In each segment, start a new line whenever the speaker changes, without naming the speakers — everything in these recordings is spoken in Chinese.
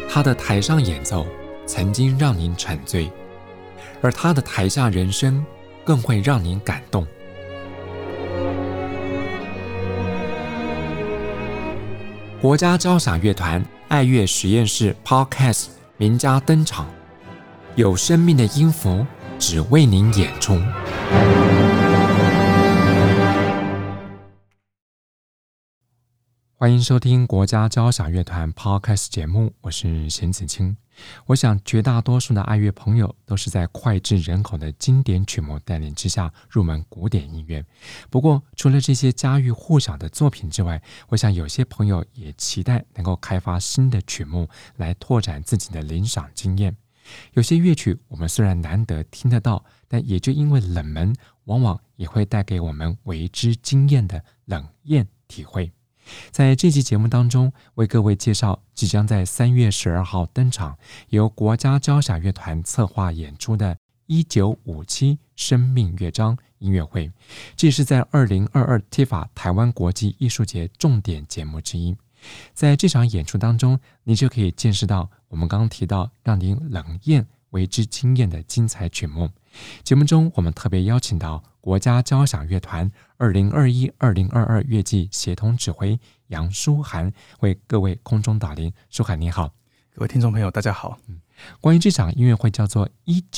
他的台上演奏曾经让您沉醉，而他的台下人生更会让您感动。国家交响乐团爱乐实验室 Podcast 名家登场，有生命的音符只为您演出。欢迎收听国家交响乐团 Podcast 节目，我是沈子清。我想绝大多数的爱乐朋友都是在脍炙人口的经典曲目带领之下入门古典音乐。不过除了这些家喻户晓的作品之外，我想有些朋友也期待能够开发新的曲目来拓展自己的领赏经验。有些乐曲我们虽然难得听得到，但也就因为冷门，往往也会带给我们为之惊艳的冷艳体会。在这期节目当中，为各位介绍即将在3月12号登场，由国家交响乐团策划演出的1957生命乐章音乐会。这也是在2022 TIFA 台湾国际艺术节重点节目之一。在这场演出当中，你就可以见识到我们刚刚提到让您冷艳为之惊艳的精彩曲目。节目中我们特别邀请到国家交响乐团2021-2022乐季协同指挥杨书涵为各位空中导聆。书涵你好。
各位听众朋友大家好。
关于这场音乐会叫做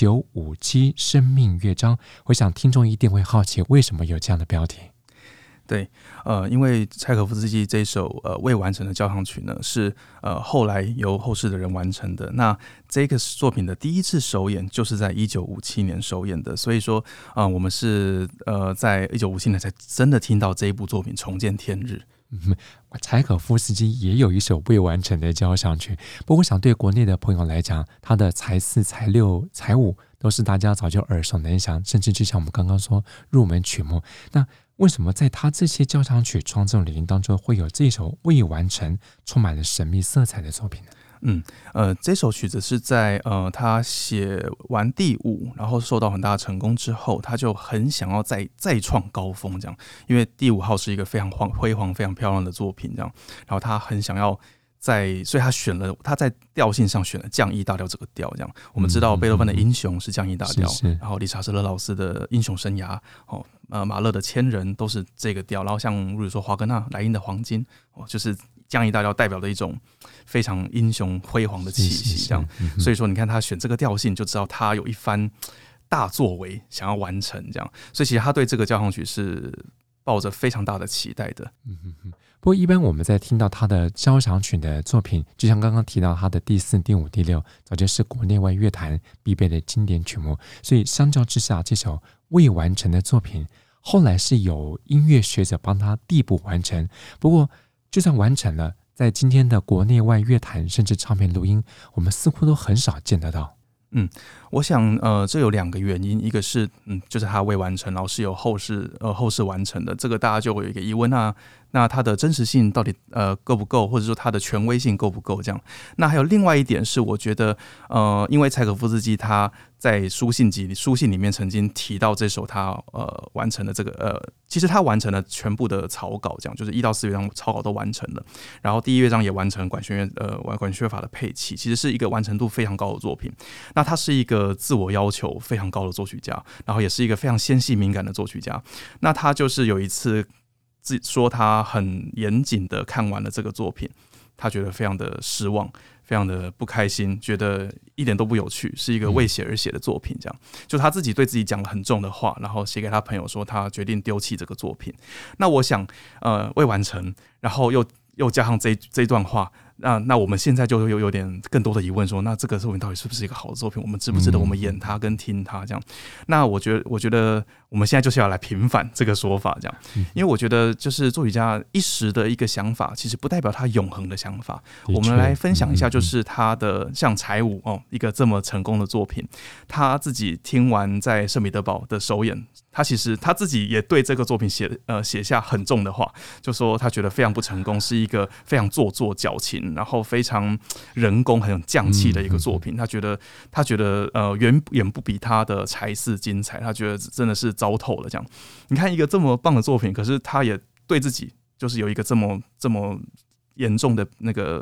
1957生命乐章，我想听众一定会好奇为什么有这样的标题。
对，因为柴可夫斯基这首未完成的交响曲呢，是后来由后世的人完成的。那这个作品的第一次首演就是在1957年首演的，所以说我们是在1957年才真的听到这一部作品重见天日。
柴可夫斯基也有一首未完成的交响曲，不过我想对国内的朋友来讲，他的才4、才6、才5都是大家早就耳熟能详，甚至就像我们刚刚说入门曲目。那为什么在他这些交响曲创作理念当中会有这首未完成充满了神秘色彩的作品呢？
这首曲子是在他写完第5，然后受到很大的成功之后，他就很想要再创高峰这样，因为第5号是一个非常辉煌、非常漂亮的作品这样，然后他很想要所以他在调性上选了降 E 大调这个调，这样我们知道贝多芬的英雄是降 E 大调，然后理查施勒劳斯的英雄生涯，马勒的千人都是这个调，然后像比如说华格纳莱茵的黄金，就是降 E 大调代表的一种非常英雄辉煌的气息，这样，所以说你看他选这个调性，就知道他有一番大作为想要完成，这样，所以其实他对这个交响曲是抱着非常大的期待的。
不过一般我们在听到他的交响曲的作品，就像刚刚提到他的第4、第5、第6，早就是国内外乐坛必备的经典曲目，所以相较之下，这首未完成的作品后来是有音乐学者帮他递补完成。不过就算完成了，在今天的国内外乐坛甚至唱片录音，我们似乎都很少见得到。
我想这有2个原因，一个是就是它未完成，然后是由后世完成的，这个大家就会有一个疑问，那它的真实性到底够不够，或者说它的权威性够不够这样。那还有另外一点是，我觉得因为柴可夫斯基他在书信里面曾经提到这首他完成的这个其实他完成了全部的草稿，这样就是1到4乐章草稿都完成了，然后第1乐章也完成管弦乐法的配器，其实是一个完成度非常高的作品。那他是一个自我要求非常高的作曲家，然后也是一个非常纤细敏感的作曲家。那他就是有一次说他很严谨的看完了这个作品，他觉得非常的失望，非常的不开心，觉得一点都不有趣，是一个为写而写的作品，这样就他自己对自己讲了很重的话，然后写给他朋友说他决定丢弃这个作品。那我想未完成，然后又加上这段话，那我们现在就有点更多的疑问说，那这个作品到底是不是一个好的作品？我们值不值得我们演它跟听它这样？那我觉得我们现在就是要来平反这个说法，这样，因为我觉得就是作曲家一时的一个想法，其实不代表他永恒的想法。我们来分享一下，就是他的像柴5一个这么成功的作品，他自己听完在圣彼得堡的首演，他其实他自己也对这个作品写下很重的话，就说他觉得非常不成功，是一个非常做作矫情，然后非常人工很匠气的一个作品。他觉得远不比他的柴4精彩，他觉得真的是糟透了这样。你看一个这么棒的作品，可是他也对自己就是有一个这么严重的那个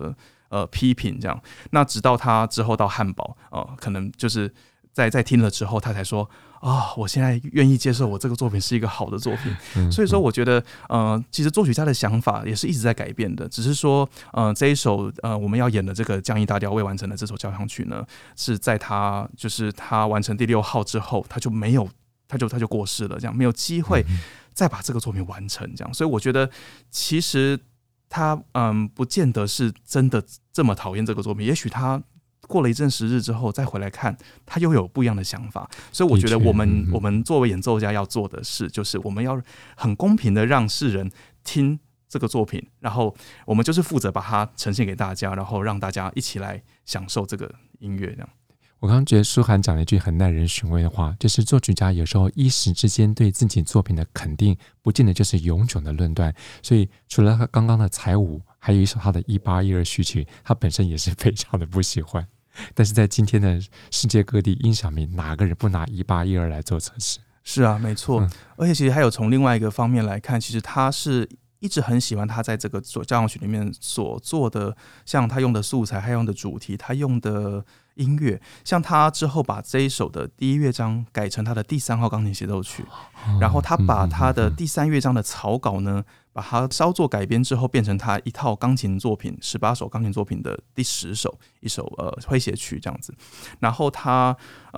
批评这样。那直到他之后到汉堡，可能就是在听了之后，他才说我现在愿意接受我这个作品是一个好的作品。所以说，我觉得其实作曲家的想法也是一直在改变的，只是说这一首我们要演的这个降 E 大调未完成的这首交响曲呢，是在他完成第6号之后，他就没有他就过世了，这样没有机会再把这个作品完成，这样。所以我觉得其实他不见得是真的这么讨厌这个作品，也许他过了一阵时日之后再回来看，他又有不一样的想法。所以我觉得我们作为演奏家要做的事，就是我们要很公平的让世人听这个作品，然后我们就是负责把它呈现给大家，然后让大家一起来享受这个音乐这样。
我刚刚觉得舒涵讲了一句很耐人寻味的话，就是作曲家有时候一时之间对自己作品的肯定，不见得就是永久的论断。所以除了他刚刚的才舞，还有一首他的1812序曲，他本身也是非常的不喜欢。但是在今天的世界各地音响迷，哪个人不拿1812来做测试？
是啊，没错。而且其实还有从另外一个方面来看，其实他是一直很喜欢他在这个交响曲里面所做的，像他用的素材，他用的主题，他用的音乐，像他之后把这一首的第1乐章改成他的第3号钢琴协奏曲，然后他把他的第3乐章的草稿呢，把它稍作改编之后，变成他一套钢琴作品18首钢琴作品的第10首，一首诙谐曲这样子。然后他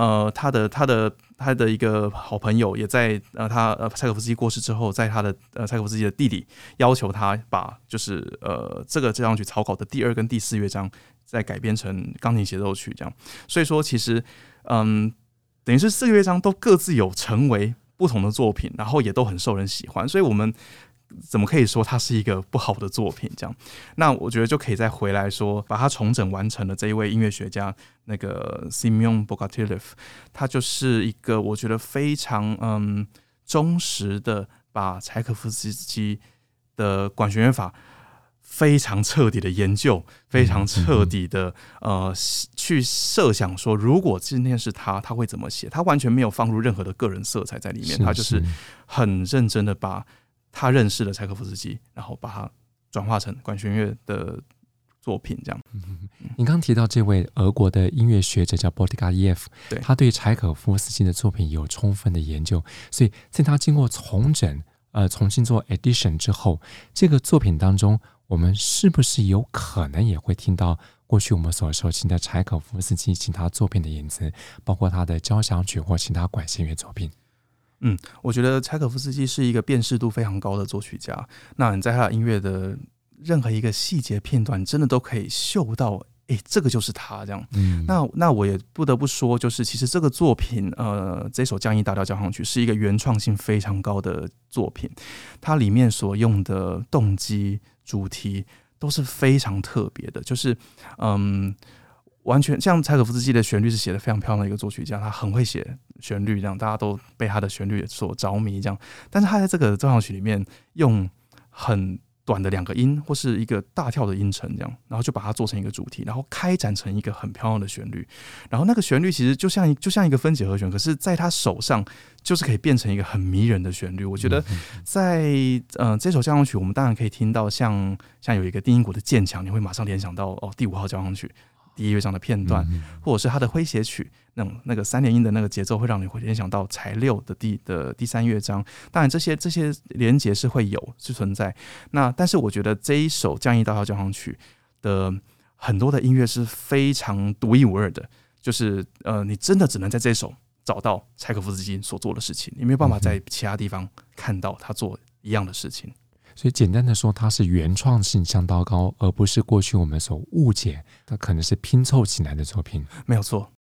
的一个好朋友也在他柴可夫斯基过世之后，在他的柴可夫斯基的弟弟要求他把就是这个交响曲草稿的第2跟第4乐章再改编成钢琴协奏曲这样。所以说其实等于是4个乐章都各自有成为不同的作品，然后也都很受人喜欢，所以我们怎么可以说它是一个不好的作品这样？那我觉得就可以再回来说，把它重整完成的这一位音乐学家，那个 Simeon Bogatylev， 他就是一个我觉得非常忠实的把柴可夫斯基的管弦乐法非常彻底的研究，非常彻底的去设想说，如果今天是他会怎么写？他完全没有放入任何的个人色彩在里面，他就是很认真的把他认识的柴可夫斯基，然后把它转化成管弦乐的作品这样。
您刚提到这位俄国的音乐学者叫 Bogatylev， 他对柴可夫斯基的作品有充分的研究，所以在他经过重整重新做 edition 之后，这个作品当中我们是不是有可能也会听到过去我们所熟悉的柴可夫斯基其他作品的影子，包括他的交响曲或其他管弦乐作品？
我觉得柴可夫斯基是一个辨识度非常高的作曲家，那你在他的音乐的任何一个细节片段真的都可以嗅到这个就是他这样。那我也不得不说，就是其实这个作品这首降 E 大调交响曲是一个原创性非常高的作品，它里面所用的动机主题都是非常特别的，就是完全像柴可夫斯基的旋律是写得非常漂亮的一个作曲家，他很会写旋律，这样大家都被他的旋律所着迷这样。但是他在这个交响曲里面用很短的2个音或是一个大跳的音程这样，然后就把它做成一个主题，然后开展成一个很漂亮的旋律。然后那个旋律其实就像一个分解和弦，可是在他手上就是可以变成一个很迷人的旋律。我觉得在这首交响曲，我们当然可以听到像有一个定音鼓的渐强，你会马上联想到第5号交响曲第1乐章的片段，或者是他的诙谐曲那个3连音的那个节奏，会让你会联想到柴6的第3乐章。当然这些连结是存在。那但是我觉得这一首降 E 大调交响曲的很多的音乐是非常独一无二的，就是你真的只能在这首找到柴可夫斯基所做的事情，你没有办法在其他地方看到他做一样的事情。
所以简单的说，它是原创性相当高，而不是过去我们所误解它可能是拼凑起来的作品。
没有错。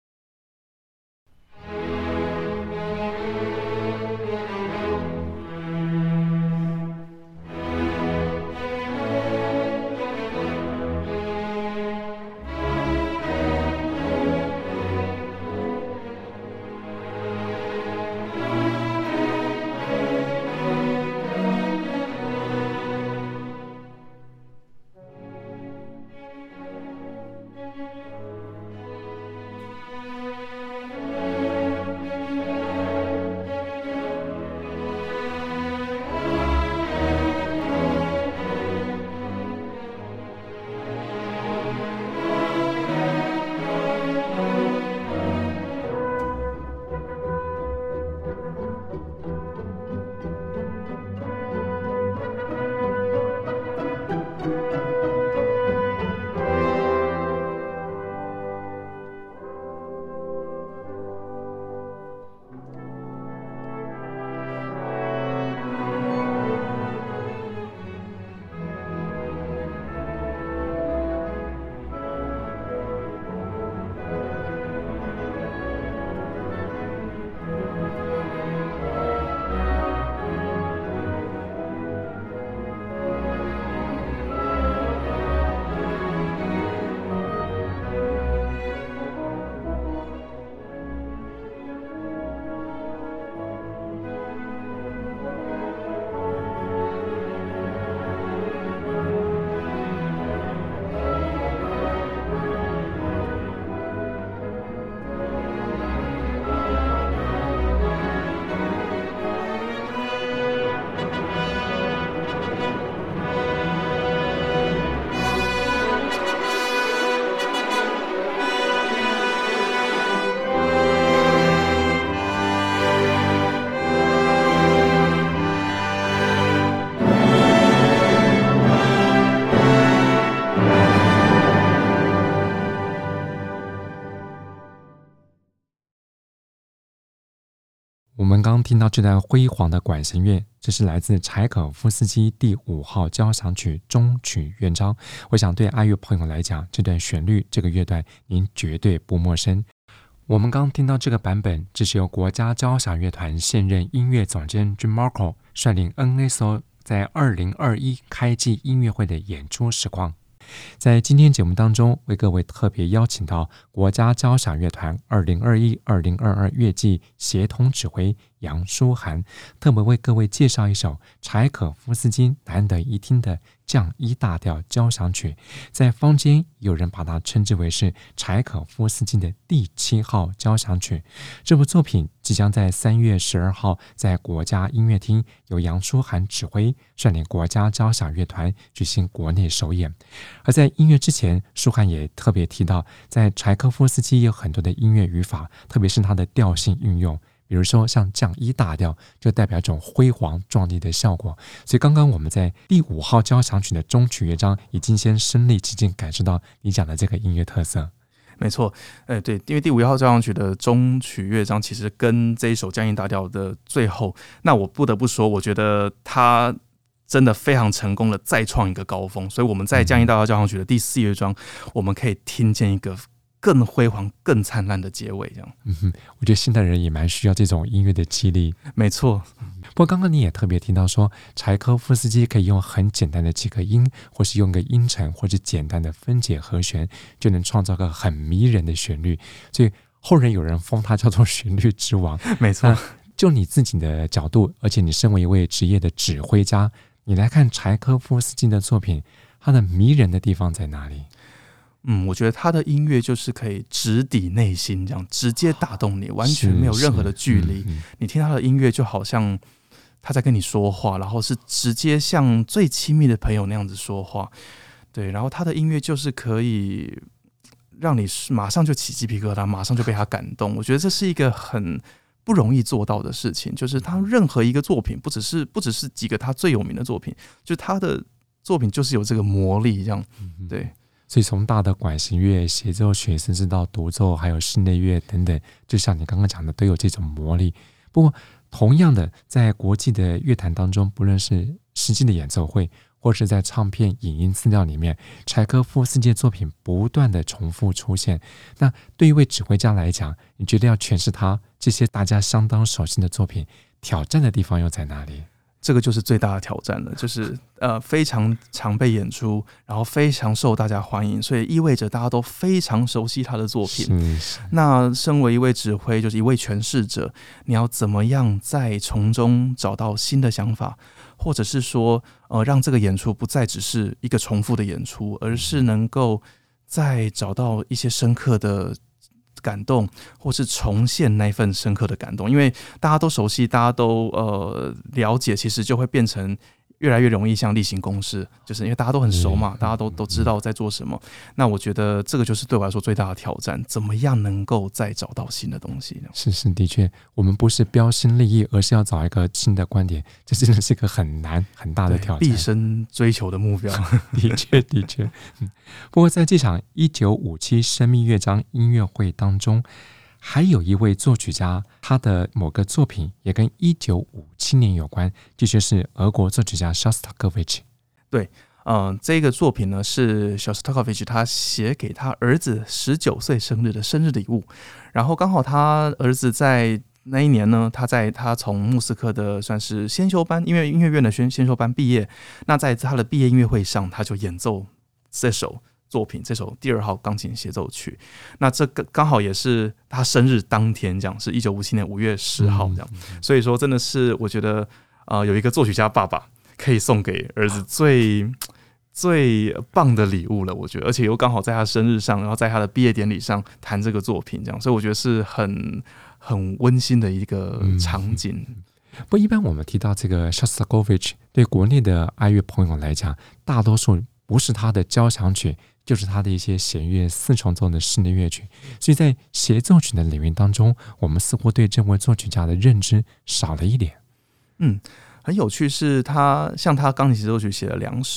听到这段辉煌的管弦乐，这是来自柴可夫斯基第5号交响曲终曲乐章。我想对爱乐朋友来讲，这段旋律这个乐段您绝对不陌生。我们刚听到这个版本，这是由国家交响乐团现任音乐总监 Jim Markle 率领 NSO 在2021开季音乐会的演出实况。在今天节目当中，为各位特别邀请到国家交响乐团2021-2022乐季协同指挥杨舒涵，特别为各位介绍一首柴可夫斯基难得一听的降1大调交响曲，在坊间有人把它称之为是柴可夫斯基的第7号交响曲。这部作品即将在3月12号在国家音乐厅由杨舒涵指挥，率领国家交响乐团举行国内首演。而在音乐之前，舒涵也特别提到，在柴可夫斯基有很多的音乐语法，特别是他的调性运用，比如说像降1大调就代表一种辉煌壮丽的效果。所以刚刚我们在第5号交响曲的终曲乐章已经先身临其境感受到你讲的这个音乐特色。
没错，对，因为第5号交响曲的终曲乐章其实跟这一首降1大调的最后，那我不得不说，我觉得它真的非常成功的再创一个高峰。所以我们在降1大调交响曲的第4乐章，我们可以听见一个更辉煌、更灿烂的结尾。这样，
我觉得现代人也蛮需要这种音乐的激励。
没错。
不过刚刚你也特别提到说，柴可夫斯基可以用很简单的几个音，或是用个音程，或是简单的分解和弦，就能创造个很迷人的旋律。所以后人有人封他叫做旋律之王。
没错。
就你自己的角度，而且你身为一位职业的指挥家，你来看柴可夫斯基的作品，他的迷人的地方在哪里？
我觉得他的音乐就是可以直抵内心，这样直接打动你，完全没有任何的距离。你听他的音乐就好像他在跟你说话，然后是直接像最亲密的朋友那样子说话。对，然后他的音乐就是可以让你马上就起鸡皮疙瘩，马上就被他感动。我觉得这是一个很不容易做到的事情，就是他任何一个作品，不只是几个他最有名的作品，就是他的作品就是有这个魔力，这样。对。
所以从大的管弦乐、协奏曲，甚至到独奏，还有室内乐等等，就像你刚刚讲的，都有这种魔力。不过同样的，在国际的乐坛当中，不论是实际的演奏会，或是在唱片、影音资料里面，柴可夫斯基的作品不断的重复出现。那对一位指挥家来讲，你觉得要诠释他这些大家相当熟悉的作品，挑战的地方又在哪里？
这个就是最大的挑战了，就是非常常被演出，然后非常受大家欢迎，所以意味着大家都非常熟悉他的作品。那身为一位指挥，就是一位诠释者，你要怎么样在从中找到新的想法，或者是说让这个演出不再只是一个重复的演出，而是能够再找到一些深刻的感动，或是重现那份深刻的感动。因为大家都熟悉，大家都了解，其实就会变成越来越容易像例行公事，就是因为大家都很熟嘛，大家都知道在做什么。那我觉得这个就是对我来说最大的挑战，怎么样能够再找到新的东西。
是，的确，我们不是标新立异，而是要找一个新的观点，这真的是一个很难很大的挑战，
毕生追求的目标。
的确。不过在这场1957生命乐章音乐会当中，还有一位作曲家，他的某个作品也跟1957年有关，这就是俄国作曲家 Shostakovich。
对，这个作品呢是 Shostakovich 他写给他儿子19岁生日的生日礼物，然后刚好他儿子在那一年呢，他从莫斯科的算是先修班，因为音乐院的先修班毕业，那在他的毕业音乐会上，他就演奏这首作品，这首第2号钢琴协奏曲。那这个刚好也是他生日当天，这样是1957年5月10号这样。所以说真的是我觉得有一个作曲家爸爸可以送给儿子最棒的礼物了，我觉得，而且又刚好在他生日上，然后在他的毕业典礼上弹这个作品，这样，所以我觉得是很温馨的一个场景。
不过一般我们提到这个 Shostakovich， 对国内的爱乐朋友来讲，大多数不是他的交响曲，就是他的一些弦乐4重奏的室内乐曲，所以在协奏曲的领域当中，我们似乎对这位作曲家的认知少了一点。
很有趣是他钢琴协奏曲写了2首，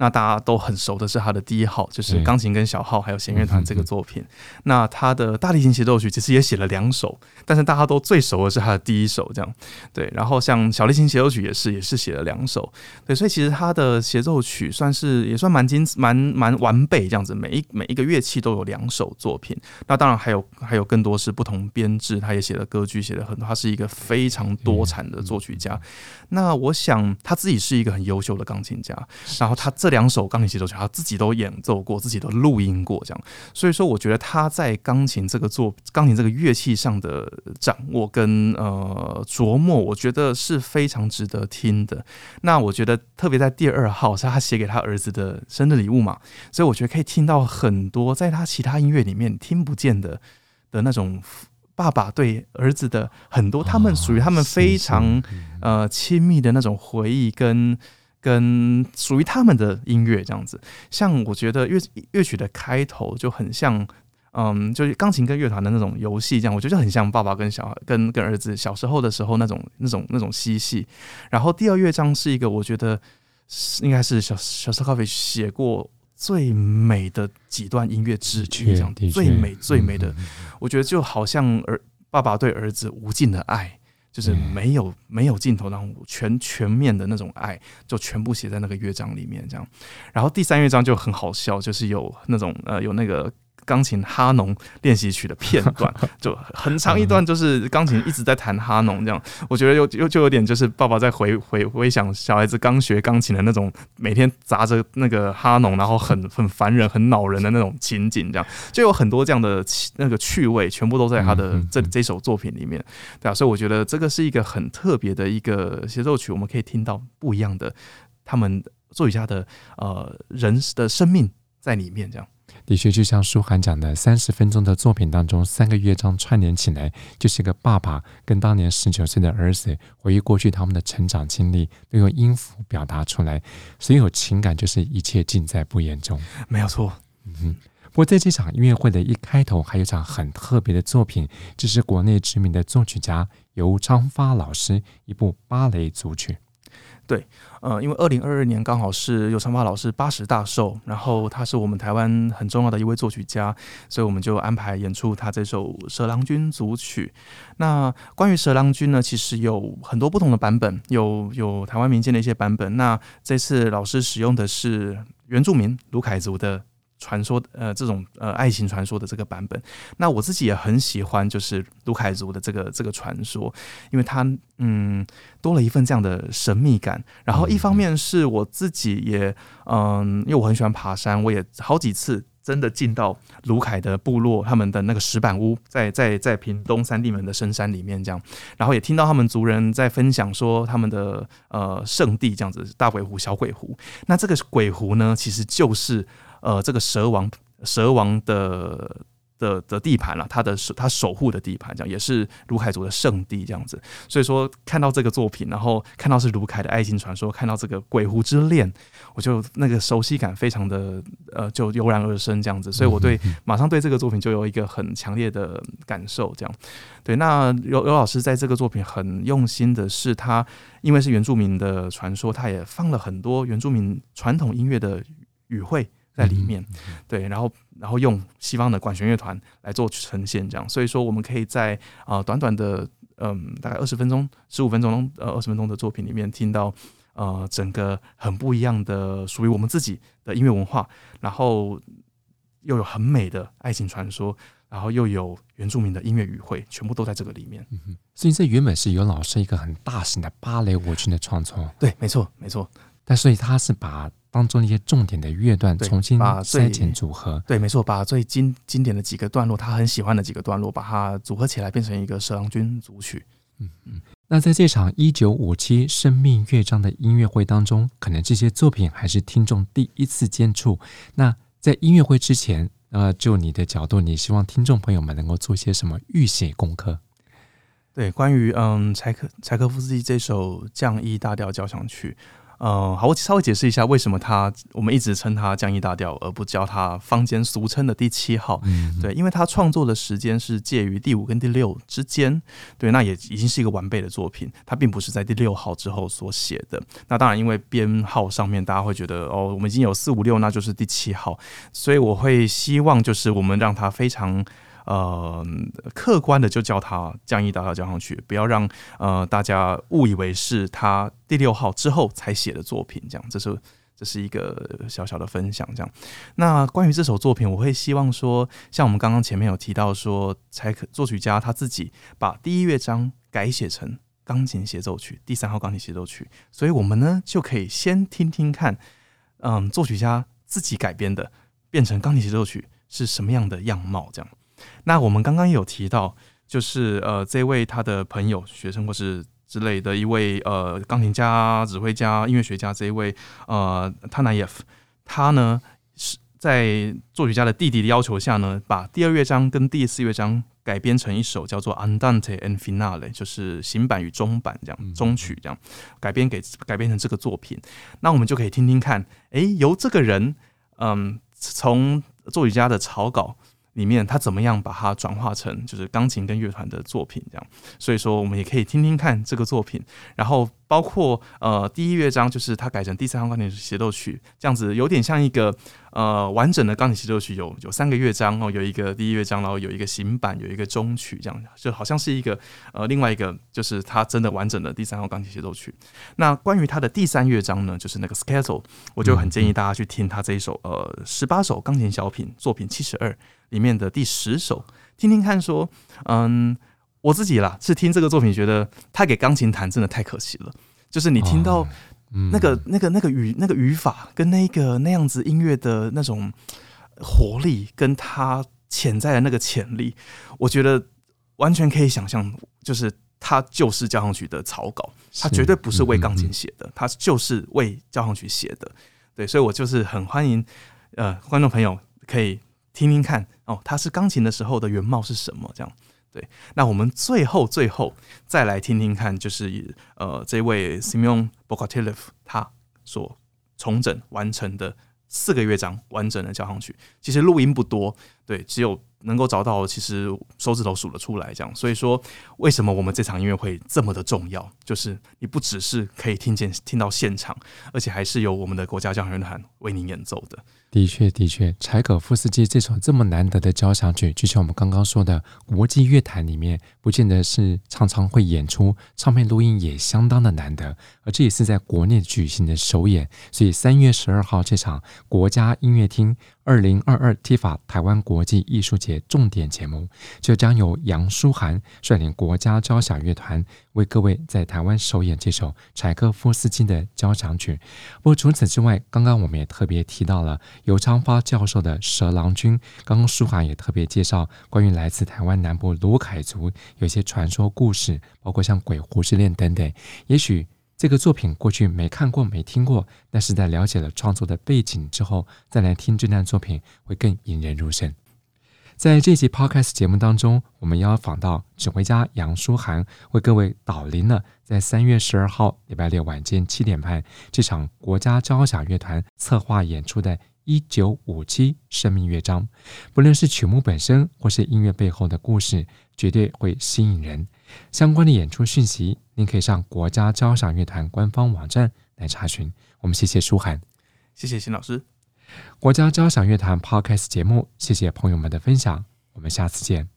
那大家都很熟的是他的第一号，就是钢琴跟小号还有弦乐团这个作品。那他的大提琴协奏曲其实也写了2首，但是大家都最熟的是他的第一首，这样对。然后像小提琴协奏曲也是写了2首，对。所以其实他的协奏曲也算蛮完备这样子，每一个乐器都有2首作品。那当然还有更多是不同编制，他也写了歌剧，写了很多，他是一个非常多产的作曲家。那我想他自己是一个很优秀的钢琴家，然后他这2首钢琴协奏曲他自己都演奏过，自己都录音过，这样。所以说，我觉得他在钢琴这个乐器上的掌握跟琢磨，我觉得是非常值得听的。那我觉得特别在第2号是他写给他儿子的生日礼物嘛，所以我觉得可以听到很多在他其他音乐里面听不见的那种爸爸对儿子的很多他们属于他们非常亲密的那种回忆跟属于他们的音乐这样子。像我觉得乐曲的开头就很像就是钢琴跟乐团的那种游戏这样，我觉得就很像爸爸跟儿子小时候的时候那种嬉戏。然后第2乐章是一个我觉得应该是小斯科维奇写过最美的几段音乐之一，这样最美的，我觉得就好像爸爸对儿子无尽的爱，就是没有尽头，然后全面的那种爱，就全部写在那个乐章里面这样。然后第3乐章就很好笑，就是有那种有那个钢琴哈农练习曲的片段，就很长一段，就是钢琴一直在弹哈农这样。我觉得就有点就是爸爸在回想小孩子刚学钢琴的那种，每天砸着那个哈农，然后很烦人、很恼人的那种情景，这样就有很多这样的那个趣味，全部都在他的这首作品里面，对啊。所以我觉得这个是一个很特别的一个协奏曲，我们可以听到不一样的他们作曲家的人的生命在里面，这样。
的确，就像书涵讲的，30分钟的作品当中，3个乐章串联起来，就是一个爸爸跟当年19岁的儿子回忆过去他们的成长经历，都用音符表达出来，所以有情感就是一切尽在不言中，
没有错。
不过在这场音乐会的一开头，还有一场很特别的作品，这是国内知名的作曲家游昌发老师一部芭蕾组曲。
对，因为2022年刚好是游昌发老师80大寿，然后他是我们台湾很重要的一位作曲家，所以我们就安排演出他这首《蛇郎君》组曲。那关于《蛇郎君》呢，其实有很多不同的版本，有台湾民间的一些版本。那这次老师使用的是原住民鲁凯族的传说，这种爱情传说的这个版本。那我自己也很喜欢，就是鲁凯族的这个传说，因为它多了一份这样的神秘感。然后一方面是我自己也因为我很喜欢爬山，我也好几次真的进到鲁凯的部落，他们的那个石板屋，在屏东三地门的深山里面这样，然后也听到他们族人在分享说他们的圣地这样子，大鬼湖、小鬼湖。那这个鬼湖呢，其实就是这个蛇王的地盘了，他守护的地盘，这样也是鲁凯族的圣地这样子。所以说看到这个作品，然后看到是鲁凯的爱情传说，看到这个鬼湖之恋，我就那个熟悉感非常的就油然而生这样子。所以我马上对这个作品就有一个很强烈的感受这样。对，那游老师在这个作品很用心的是，他因为是原住民的传说，他也放了很多原住民传统音乐的语汇在里面，对，然后用西方的管弦乐团来做呈现，这样，所以说我们可以在短短的大概20分钟、15分钟、20分钟的作品里面听到整个很不一样的属于我们自己的音乐文化，然后又有很美的爱情传说，然后又有原住民的音乐语汇，全部都在这个里面。
所以这原本是游老师一个很大型的芭蕾舞剧的创作，
对，没错，没错。
但所以他是把当中一些重点的乐段重新筛减组合，
对，没错，把最经典的几个段落，他很喜欢的几个段落，把它组合起来，变成一个蛇郎君组曲。
那在这场1957生命乐章的音乐会当中，可能这些作品还是听众第一次接触。那在音乐会之前，就你的角度，你希望听众朋友们能够做些什么预写功课？对，
关于柴可夫斯基这首降 E 大调交响曲。 好，我稍微解释一下为什么我们一直称它降 E 大调，而不叫它坊间俗称的第7号。对，因为他创作的时间是介于第5跟第6之间，对，那也已经是一个完备的作品，它并不是在第6号之后所写的。那当然，因为编号上面大家会觉得我们已经有4、5、6，那就是第7号，所以我会希望就是我们让它非常客观的就叫它降 E 大调交响曲，不要让大家误以为是他第6号之后才写的作品，这样这是一个小小的分享。这样，那关于这首作品，我会希望说，像我们刚刚前面有提到说，作曲家他自己把第1乐章改写成钢琴协奏曲，第3号钢琴协奏曲，所以我们呢就可以先听听看，作曲家自己改编的变成钢琴协奏曲是什么样的样貌，这样。那我们刚刚也有提到，就是这位他的朋友、学生或是之类的一位钢琴家、指挥家、音乐学家，这一位Tanayev，他呢是在作曲家的弟弟的要求下呢，把第2乐章跟第4乐章改编成一首叫做 Andante and Finale， 就是行板与中板这样，中曲这样改编成这个作品。那我们就可以听听看，由这个人从作曲家的草稿里面他怎么样把它转化成就是钢琴跟乐团的作品这样。所以说我们也可以听听看这个作品，然后包括第1乐章就是他改成第3号钢琴协奏曲，这样子有点像一个完整的钢琴协奏曲，有3个乐章有一个第1乐章，然后有一个行板，有一个中曲，这样就好像是一个另外一个就是他真的完整的第3号钢琴协奏曲。那关于他的第3乐章呢，就是那个 Scherzo， 我就很建议大家去听他这一首18首钢琴小品作品72里面的第10首，听听看说，我自己啦是听这个作品觉得他给钢琴弹真的太可惜了，就是你听到那个语法跟那样子音乐的那种活力，跟他潜在的那个潜力，我觉得完全可以想象，就是他就是交响曲的草稿，他绝对不是为钢琴写的，他就是为交响曲写的。对，所以我就是很欢迎观众朋友可以听听看他是钢琴的时候的原貌是什么，这样。对，那我们最后再来听听看，就是这位 Simeon Bogatelev 他所重整完成的4个乐章完整的交响曲。其实录音不多，对，只有能够找到，其实手指头数得出来这样。所以说，为什么我们这场音乐会这么的重要？就是你不只是可以听到现场，而且还是由我们的国家交响乐团为您演奏的。
的确，柴可夫斯基这首这么难得的交响曲，就像我们刚刚说的，国际乐坛里面不见得是常常会演出，唱片录音也相当的难得，而这也是在国内举行的首演，所以3月12号这场国家音乐厅2022 TIFA 台湾国际艺术节重点节目，就将由杨舒涵率领国家交响乐团为各位在台湾首演这首柴可夫斯基的交响曲。不过除此之外，刚刚我们也特别提到了尤昌发教授的蛇郎君，刚刚舒涵也特别介绍关于来自台湾南部鲁凯族有一些传说故事，包括像鬼狐之恋等等。也许这个作品过去没看过没听过，但是在了解了创作的背景之后，再来听这段作品会更引人入胜。在这期 Podcast 节目当中，我们邀访到指挥家杨舒涵，为各位导聆了在3月12号礼拜六晚间7点半这场国家交响乐团策划演出的1957生命乐章。不论是曲目本身或是音乐背后的故事，绝对会吸引人。相关的演出讯息您可以上国家交响乐团官方网站来查询。我们谢谢舒涵，
谢谢辛老师。
国家交响乐团 Podcast 节目，谢谢朋友们的分享，我们下次见。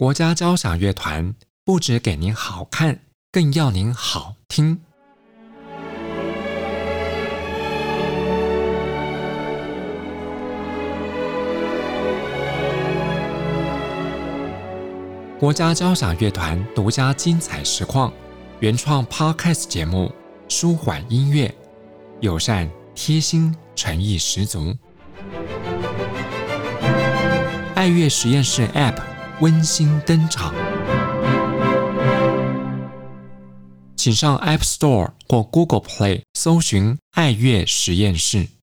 国家交响乐团不只给您好看，更要您好听。国家交响乐团独家精彩实况，原创 Podcast 节目，舒缓音乐，友善贴心，诚意十足。爱乐实验室 App 温馨登场，请上 App Store 或 Google Play 搜寻爱乐实验室。